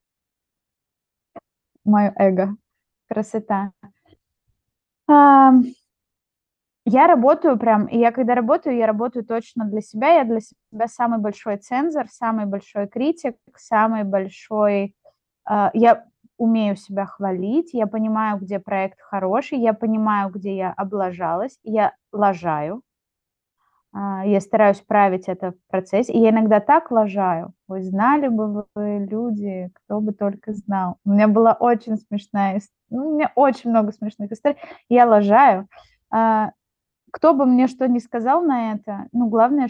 Мое эго. Красота. Ам, я работаю прям, и я когда работаю, я работаю точно для себя. Я для себя самый большой цензор, самый большой критик, самый большой... я умею себя хвалить, я понимаю, где проект хороший, я понимаю, где я облажалась, я лажаю. Я стараюсь править это в процессе. И я иногда так лажаю. Вы знали бы вы, люди, кто бы только знал. У меня была очень смешная история. Ну, у меня очень много смешных историй. Я лажаю. Кто бы мне что ни сказал на это, ну, главное,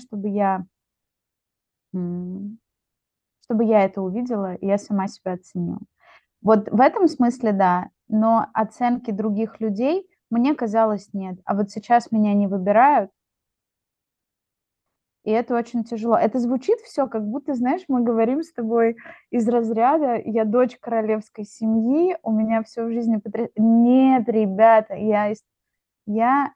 чтобы я это увидела, и я сама себя оценила. Вот в этом смысле да, но оценки других людей мне казалось нет. А вот сейчас меня не выбирают, и это очень тяжело. Это звучит все, как будто, знаешь, мы говорим с тобой из разряда: "Я дочь королевской семьи, у меня все в жизни потря". Нет, ребята, я,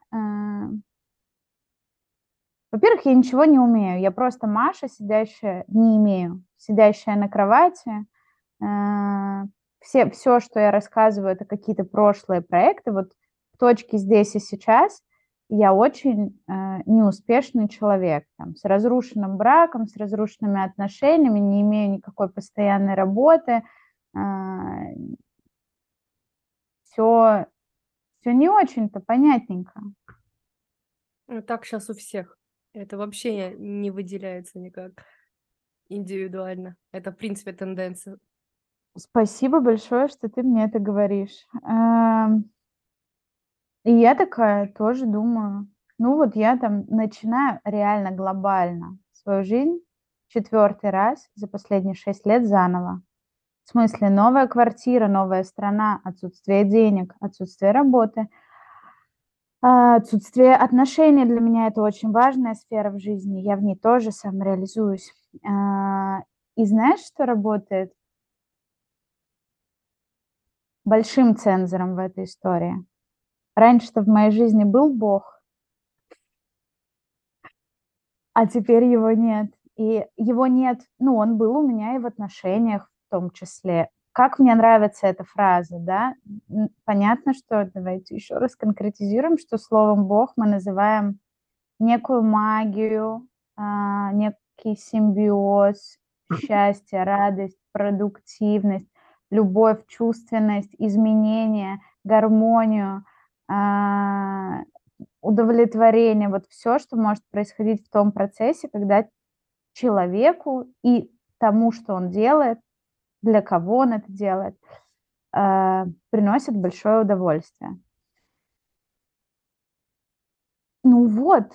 во-первых, я ничего не умею. Я просто Маша, сидящая на кровати. Все, что я рассказываю, это какие-то прошлые проекты. Вот в точке здесь и сейчас я очень неуспешный человек, там, с разрушенным браком, с разрушенными отношениями, не имею никакой постоянной работы. Все, все не очень-то понятненько. Ну, так сейчас у всех. Это вообще не выделяется никак индивидуально. Это, в принципе, тенденция. Спасибо большое, что ты мне это говоришь. И я такая тоже думаю, ну вот я там начинаю реально глобально свою жизнь 4-й раз за последние 6 лет заново. В смысле, новая квартира, новая страна, отсутствие денег, отсутствие работы, отсутствие отношений. Для меня это очень важная сфера в жизни. Я в ней тоже самореализуюсь. И знаешь, что работает большим цензором в этой истории? Раньше-то в моей жизни был Бог, а теперь его нет. И его нет, ну, он был у меня и в отношениях в том числе. Как мне нравится эта фраза, да? Понятно, что давайте еще раз конкретизируем, что словом Бог мы называем некую магию, некий симбиоз, счастье, радость, продуктивность, любовь, чувственность, изменение, гармонию, удовлетворение, вот все, что может происходить в том процессе, когда человеку и тому, что он делает, для кого он это делает, приносит большое удовольствие. Ну вот,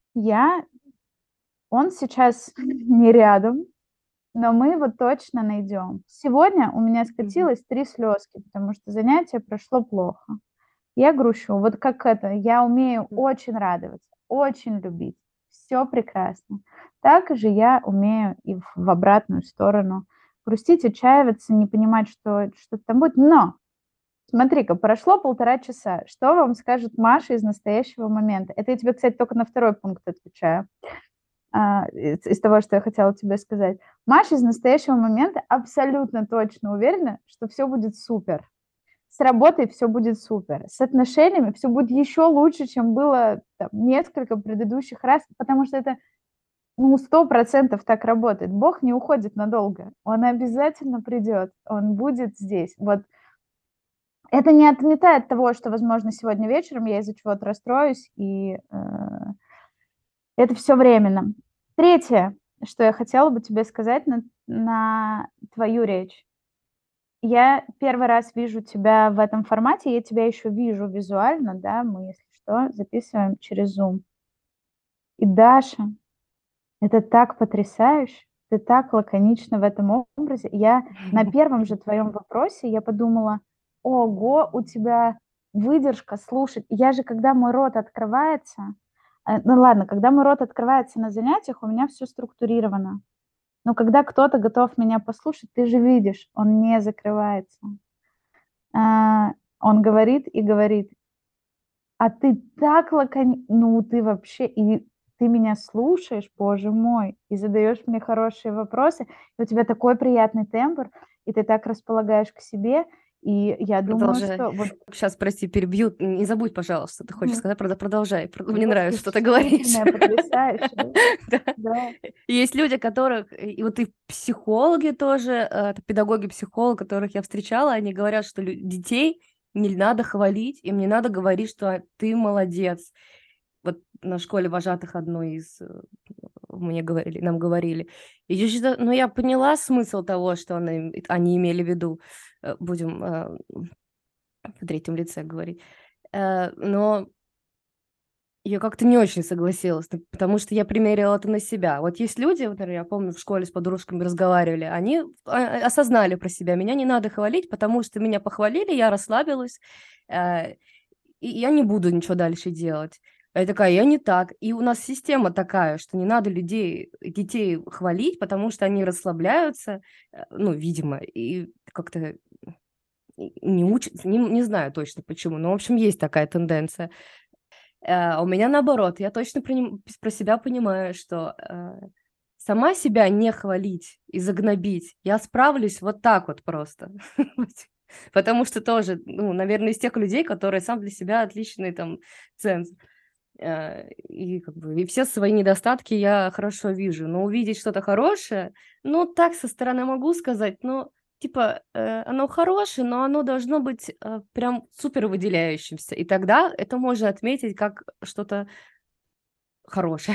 он сейчас не рядом, но мы его точно найдем. Сегодня у меня скатилось 3 слезки, потому что занятие прошло плохо. Я грущу. Вот как это, я умею очень радоваться, очень любить. Все прекрасно. Так же я умею и в обратную сторону грустить, отчаиваться, не понимать, что что-то там будет. Но смотри-ка, прошло 1,5 часа. Что вам скажет Маша из настоящего момента? Это я тебе, кстати, только на 2-й пункт отвечаю. из того, что я хотела тебе сказать. Маша из настоящего момента абсолютно точно уверена, что все будет супер. С работой все будет супер. С отношениями все будет еще лучше, чем было там, несколько предыдущих раз, потому что это 100% так работает. Бог не уходит надолго. Он обязательно придет. Он будет здесь. Вот это не отметает того, что, возможно, сегодня вечером я из-за чего-то расстроюсь, и это все временно. Третье, что я хотела бы тебе сказать на твою речь. Я первый раз вижу тебя в этом формате, я тебя еще вижу визуально, да, мы, если что, записываем через Zoom. И Даша, это так потрясающе, ты так лаконична в этом образе. Я на первом же твоем вопросе я подумала, ого, у тебя выдержка слушать. Я же, когда мой рот открывается, ну ладно, когда мой рот открывается на занятиях, у меня все структурировано. Но когда кто-то готов меня послушать, ты же видишь, он не закрывается. Он говорит и говорит, а ты так лаконично, ну ты вообще, и ты меня слушаешь, боже мой, и задаешь мне хорошие вопросы, и у тебя такой приятный тембр, и ты так располагаешь к себе, и я думаю, Продолжай. что вот Сейчас, прости, перебью. Не забудь, пожалуйста, ты хочешь сказать, продолжай. Мне вот нравится, что ты говоришь. восхитительная, потрясающая, Да. да. Есть люди, которых, и вот и психологи тоже, педагоги-психологи, которых я встречала, они говорят, что детей не надо хвалить, им не надо говорить, что ты молодец. Вот на школе вожатых одной из нам говорили. И но я поняла смысл того, что они имели в виду. Будем в третьем лице говорить. Но я как-то не очень согласилась, потому что я примерила это на себя. Вот есть люди, вот, например, я помню, в школе с подружками разговаривали, они осознали про себя, меня не надо хвалить, потому что меня похвалили, я расслабилась, и я не буду ничего дальше делать. А я такая, я не так. И у нас система такая, что не надо детей хвалить, потому что они расслабляются, ну, видимо, и как-то не учатся, не знаю точно почему, но, в общем, есть такая тенденция. А у меня наоборот, я точно про себя понимаю, что сама себя не хвалить и загнобить, я справлюсь вот так вот просто. Потому что тоже, ну, наверное, из тех людей, которые сам для себя отличный там ценз. И как бы и все свои недостатки я хорошо вижу. Но увидеть что-то хорошее, ну, так со стороны могу сказать, но типа, оно хорошее, но оно должно быть прям супер выделяющимся. И тогда это можно отметить как что-то хорошее.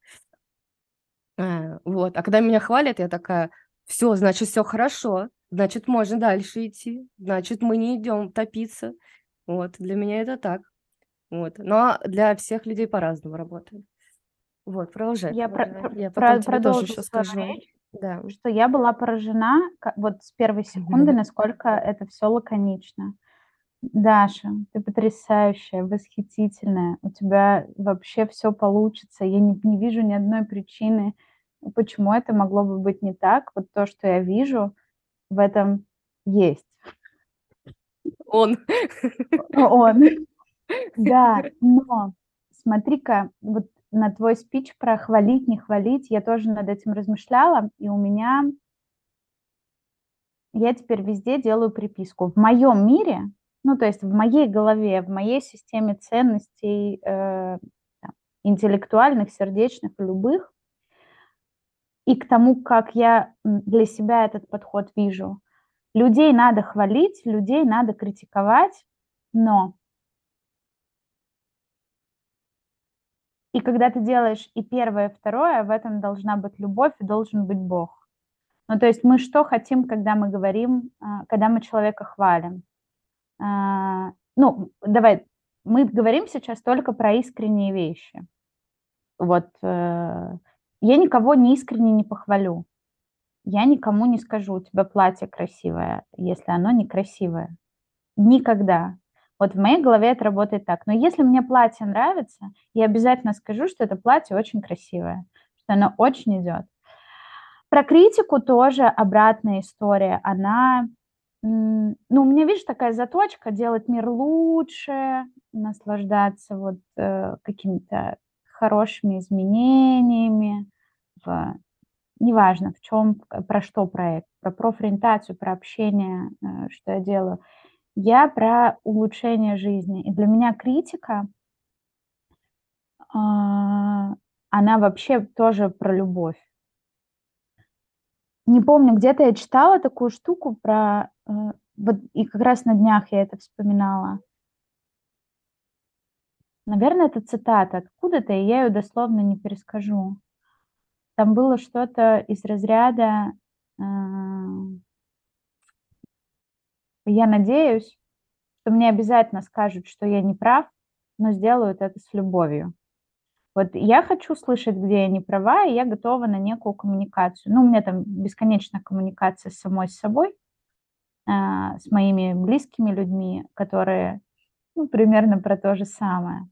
Вот. А когда меня хвалят, я такая, все, значит, все хорошо, значит, можно дальше идти, значит, мы не идем топиться. Вот. Для меня это так. Вот. Но для всех людей по-разному работает. Вот, продолжай. Я Я потом тебе тоже продолжу еще свою скажу. речь, Да. что я была поражена вот с первой секунды, насколько это все лаконично. Даша, ты потрясающая, восхитительная. У тебя вообще все получится. Я не вижу ни одной причины, почему это могло бы быть не так. Вот то, что я вижу, в этом есть. Он. Он. Да, но смотри-ка, вот на твой спич про хвалить, не хвалить, я тоже над этим размышляла, и я теперь везде делаю приписку. В моем мире, ну, то есть в моей голове, в моей системе ценностей, там, интеллектуальных, сердечных, любых, и к тому, как я для себя этот подход вижу. Людей надо хвалить, людей надо критиковать, но и когда ты делаешь и первое, и второе, в этом должна быть любовь и должен быть Бог. Ну, то есть мы что хотим, когда мы говорим, когда мы человека хвалим? Ну, давай, мы говорим сейчас только про искренние вещи. Вот я никого не искренне не похвалю. Я никому не скажу, у тебя платье красивое, если оно некрасивое. Никогда. Вот в моей голове это работает так. Но если мне платье нравится, я обязательно скажу, что это платье очень красивое, что оно очень идет. Про критику тоже обратная история. Она, ну, у меня, видишь, такая заточка делать мир лучше, наслаждаться вот какими-то хорошими изменениями, неважно в чем, про что проект, про профориентацию, про общение, что я делаю. Я про улучшение жизни. И для меня критика, она вообще тоже про любовь. Не помню, где-то я читала такую штуку про, вот и как раз на днях я это вспоминала. Наверное, это цитата откуда-то, и я ее дословно не перескажу. Там было что-то из разряда, я надеюсь, что мне обязательно скажут, что я не прав, но сделают это с любовью. Вот я хочу слышать, где я не права, и я готова на некую коммуникацию. Ну, у меня там бесконечная коммуникация с самой с собой, с моими близкими людьми, которые, ну, примерно про то же самое.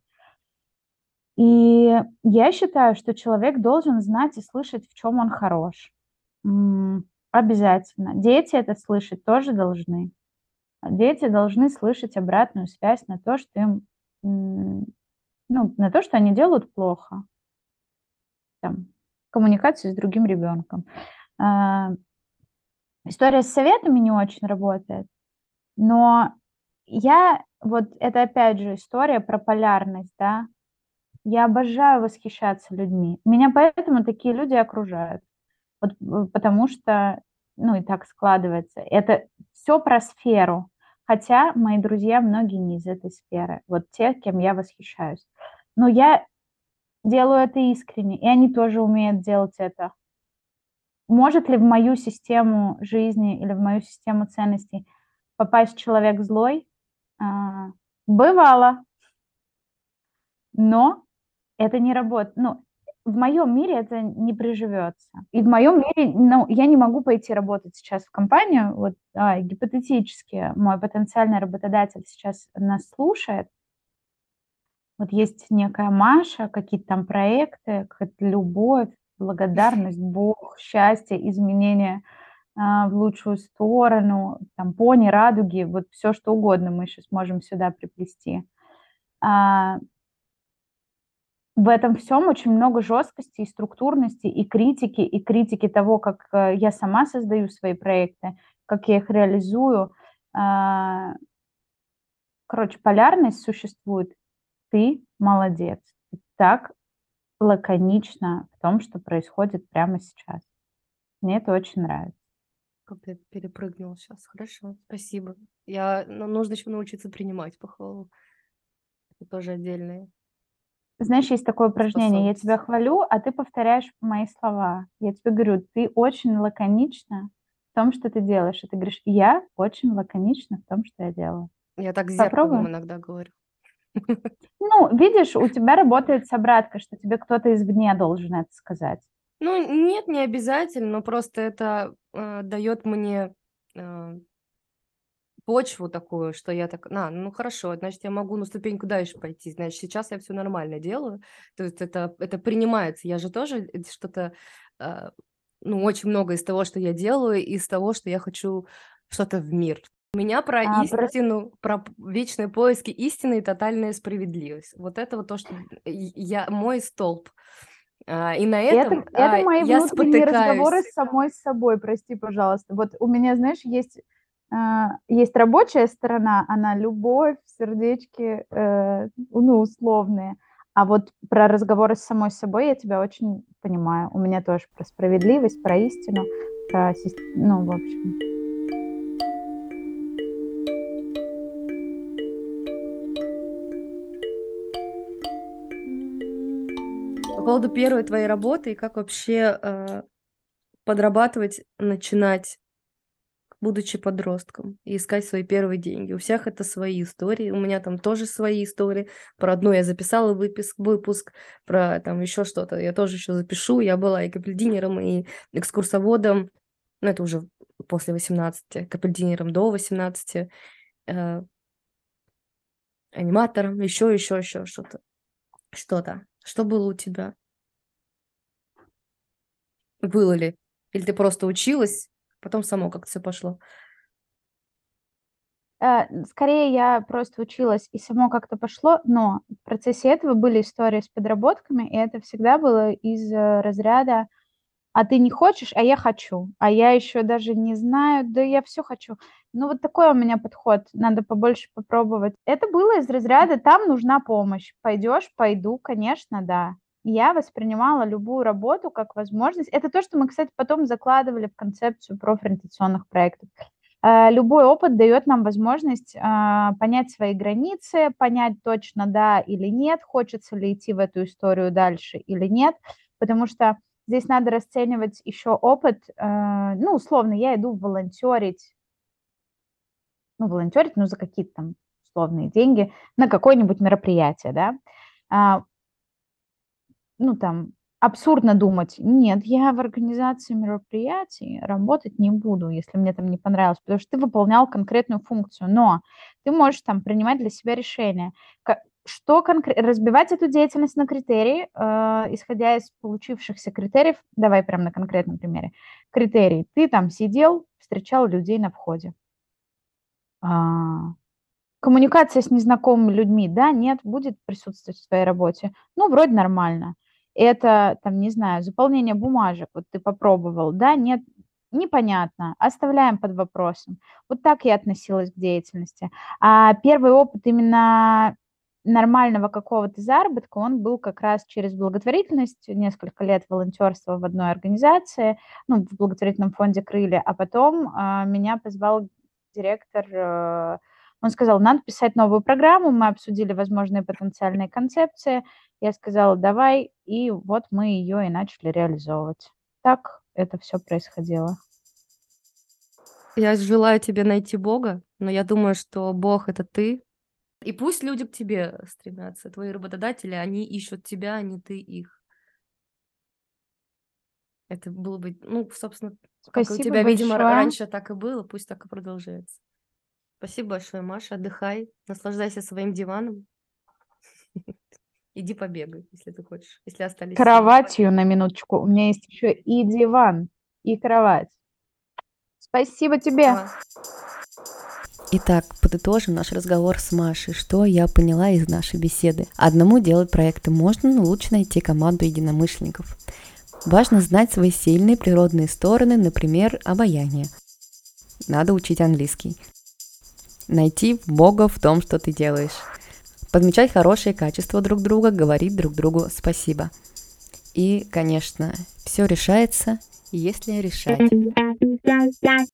И я считаю, что человек должен знать и слышать, в чем он хорош. Обязательно. Дети это слышать тоже должны. Дети должны слышать обратную связь на то, что им, ну, на то, что они делают плохо. Там, коммуникацию с другим ребенком. История с советами не очень работает, но вот это опять же история про полярность, да. Я обожаю восхищаться людьми. Меня поэтому такие люди окружают. Вот, потому что, ну, и так складывается. Это все про сферу. Хотя мои друзья многие не из этой сферы. Вот те, кем я восхищаюсь. Но я делаю это искренне, и они тоже умеют делать это. Может ли в мою систему жизни или в мою систему ценностей попасть человек злой? Бывало, но это не работает. Ну, в моем мире это не приживется. И в моем мире, ну, я не могу пойти работать сейчас в компанию. Вот гипотетически мой потенциальный работодатель сейчас нас слушает. Вот есть некая Маша, какие-то там проекты, какая-то любовь, благодарность, Бог, счастье, изменения в лучшую сторону, там пони, радуги, вот все что угодно мы сейчас можем сюда приплести. В этом всем очень много жесткости и структурности, и критики того, как я сама создаю свои проекты, как я их реализую. Короче, полярность существует. Ты молодец. Ты так лаконично в том, что происходит прямо сейчас. Мне это очень нравится. Как ты перепрыгнул сейчас. Хорошо, спасибо. Нужно еще научиться принимать похвалу. Это тоже отдельное. Знаешь, есть такое упражнение. Я тебя Способность. хвалю, а ты повторяешь мои слова. Я тебе говорю, ты очень лаконична в том, что ты делаешь. И ты говоришь, я очень лаконична в том, что я делаю. Я так с зеркалом Попробуй. иногда говорю. Ну, видишь, у тебя работает с обраткой, что тебе кто-то извне должен это сказать. Ну, нет, не обязательно, но просто это дает мне почву такую, что я так, ну хорошо, значит, я могу на ступеньку дальше пойти, значит, сейчас я все нормально делаю, то есть это принимается, я же тоже что-то, ну, очень много из того, что я делаю, из того, что я хочу что-то в мир. У меня про истину, про вечные поиски истины и тотальная справедливость. Вот это вот то, что мой столб. И на этом Это мои я внутренние разговоры спотыкаюсь. с самой собой, прости, пожалуйста. Вот у меня, знаешь, есть рабочая сторона, она любовь, сердечки, ну, условные. А вот про разговоры с самой собой я тебя очень понимаю. У меня тоже про справедливость, про истину, ну, в общем. По поводу первой твоей работы и как вообще подрабатывать, начинать, будучи подростком, и искать свои первые деньги. У всех это свои истории, у меня там тоже свои истории. Про одну я записала выпуск, про там еще что-то я тоже еще запишу. Я была и капельдинером, и экскурсоводом, ну это уже после 18, капельдинером до 18, аниматором, еще что-то. Что-то. Что было у тебя? Было ли? Или ты просто училась, потом само как-то все пошло? Скорее, я просто училась, и само как-то пошло, но в процессе этого были истории с подработками, и это всегда было из разряда а ты не хочешь, а я хочу, а я еще даже не знаю, да я все хочу. Ну, вот такой у меня подход, надо побольше попробовать. Это было из разряда «там нужна помощь». Пойдешь? Пойду, конечно, да. Я воспринимала любую работу как возможность. Это то, что мы, кстати, потом закладывали в концепцию профориентационных проектов. Любой опыт дает нам возможность понять свои границы, понять точно да или нет, хочется ли идти в эту историю дальше или нет, потому что здесь надо расценивать еще опыт, ну, условно, я иду волонтерить, ну, за какие-то там условные деньги на какое-нибудь мероприятие, да. А, ну, там, абсурдно думать: "Нет, я в организации мероприятий работать не буду, если мне там не понравилось", потому что ты выполнял конкретную функцию, но ты можешь там принимать для себя решения. Что разбивать эту деятельность на критерии, исходя из получившихся критериев. Давай прям на конкретном примере. Критерий: ты там сидел, встречал людей на входе. А, Коммуникация с незнакомыми людьми, да, нет, будет присутствовать в твоей работе? Ну, вроде нормально. Это, там, не знаю, заполнение бумажек, вот ты попробовал, да, нет, непонятно, оставляем под вопросом. Вот так я относилась к деятельности. А первый опыт именно нормального какого-то заработка, он был как раз через благотворительность, несколько лет волонтерства в одной организации, ну, в благотворительном фонде «Крылья», а потом меня позвал директор, он сказал: "Надо писать новую программу". Мы обсудили возможные потенциальные концепции. Я сказала: "Давай". И вот мы ее и начали реализовывать. Так это все происходило. Я желаю тебе найти Бога, но я думаю, что Бог — это ты. И пусть люди к тебе стремятся. Твои работодатели, они ищут тебя, а не ты их. Это было бы, ну, собственно, как и у Спасибо тебя, видимо, большое. раньше так и было, пусть так и продолжается. Спасибо большое, Маша. Отдыхай, наслаждайся своим диваном. Иди побегай, если ты хочешь, если остались силы. Кроватью, на минуточку. У меня есть еще и диван, и кровать. Спасибо тебе. Да. Итак, подытожим наш разговор с Машей. Что я поняла из нашей беседы? Одному делать проекты можно, но лучше найти команду единомышленников. Важно знать свои сильные природные стороны, например, обаяние. Надо учить английский. Найти Бога в том, что ты делаешь. Подмечать хорошие качества друг друга, говорить друг другу спасибо. И, конечно, все решается, если решать.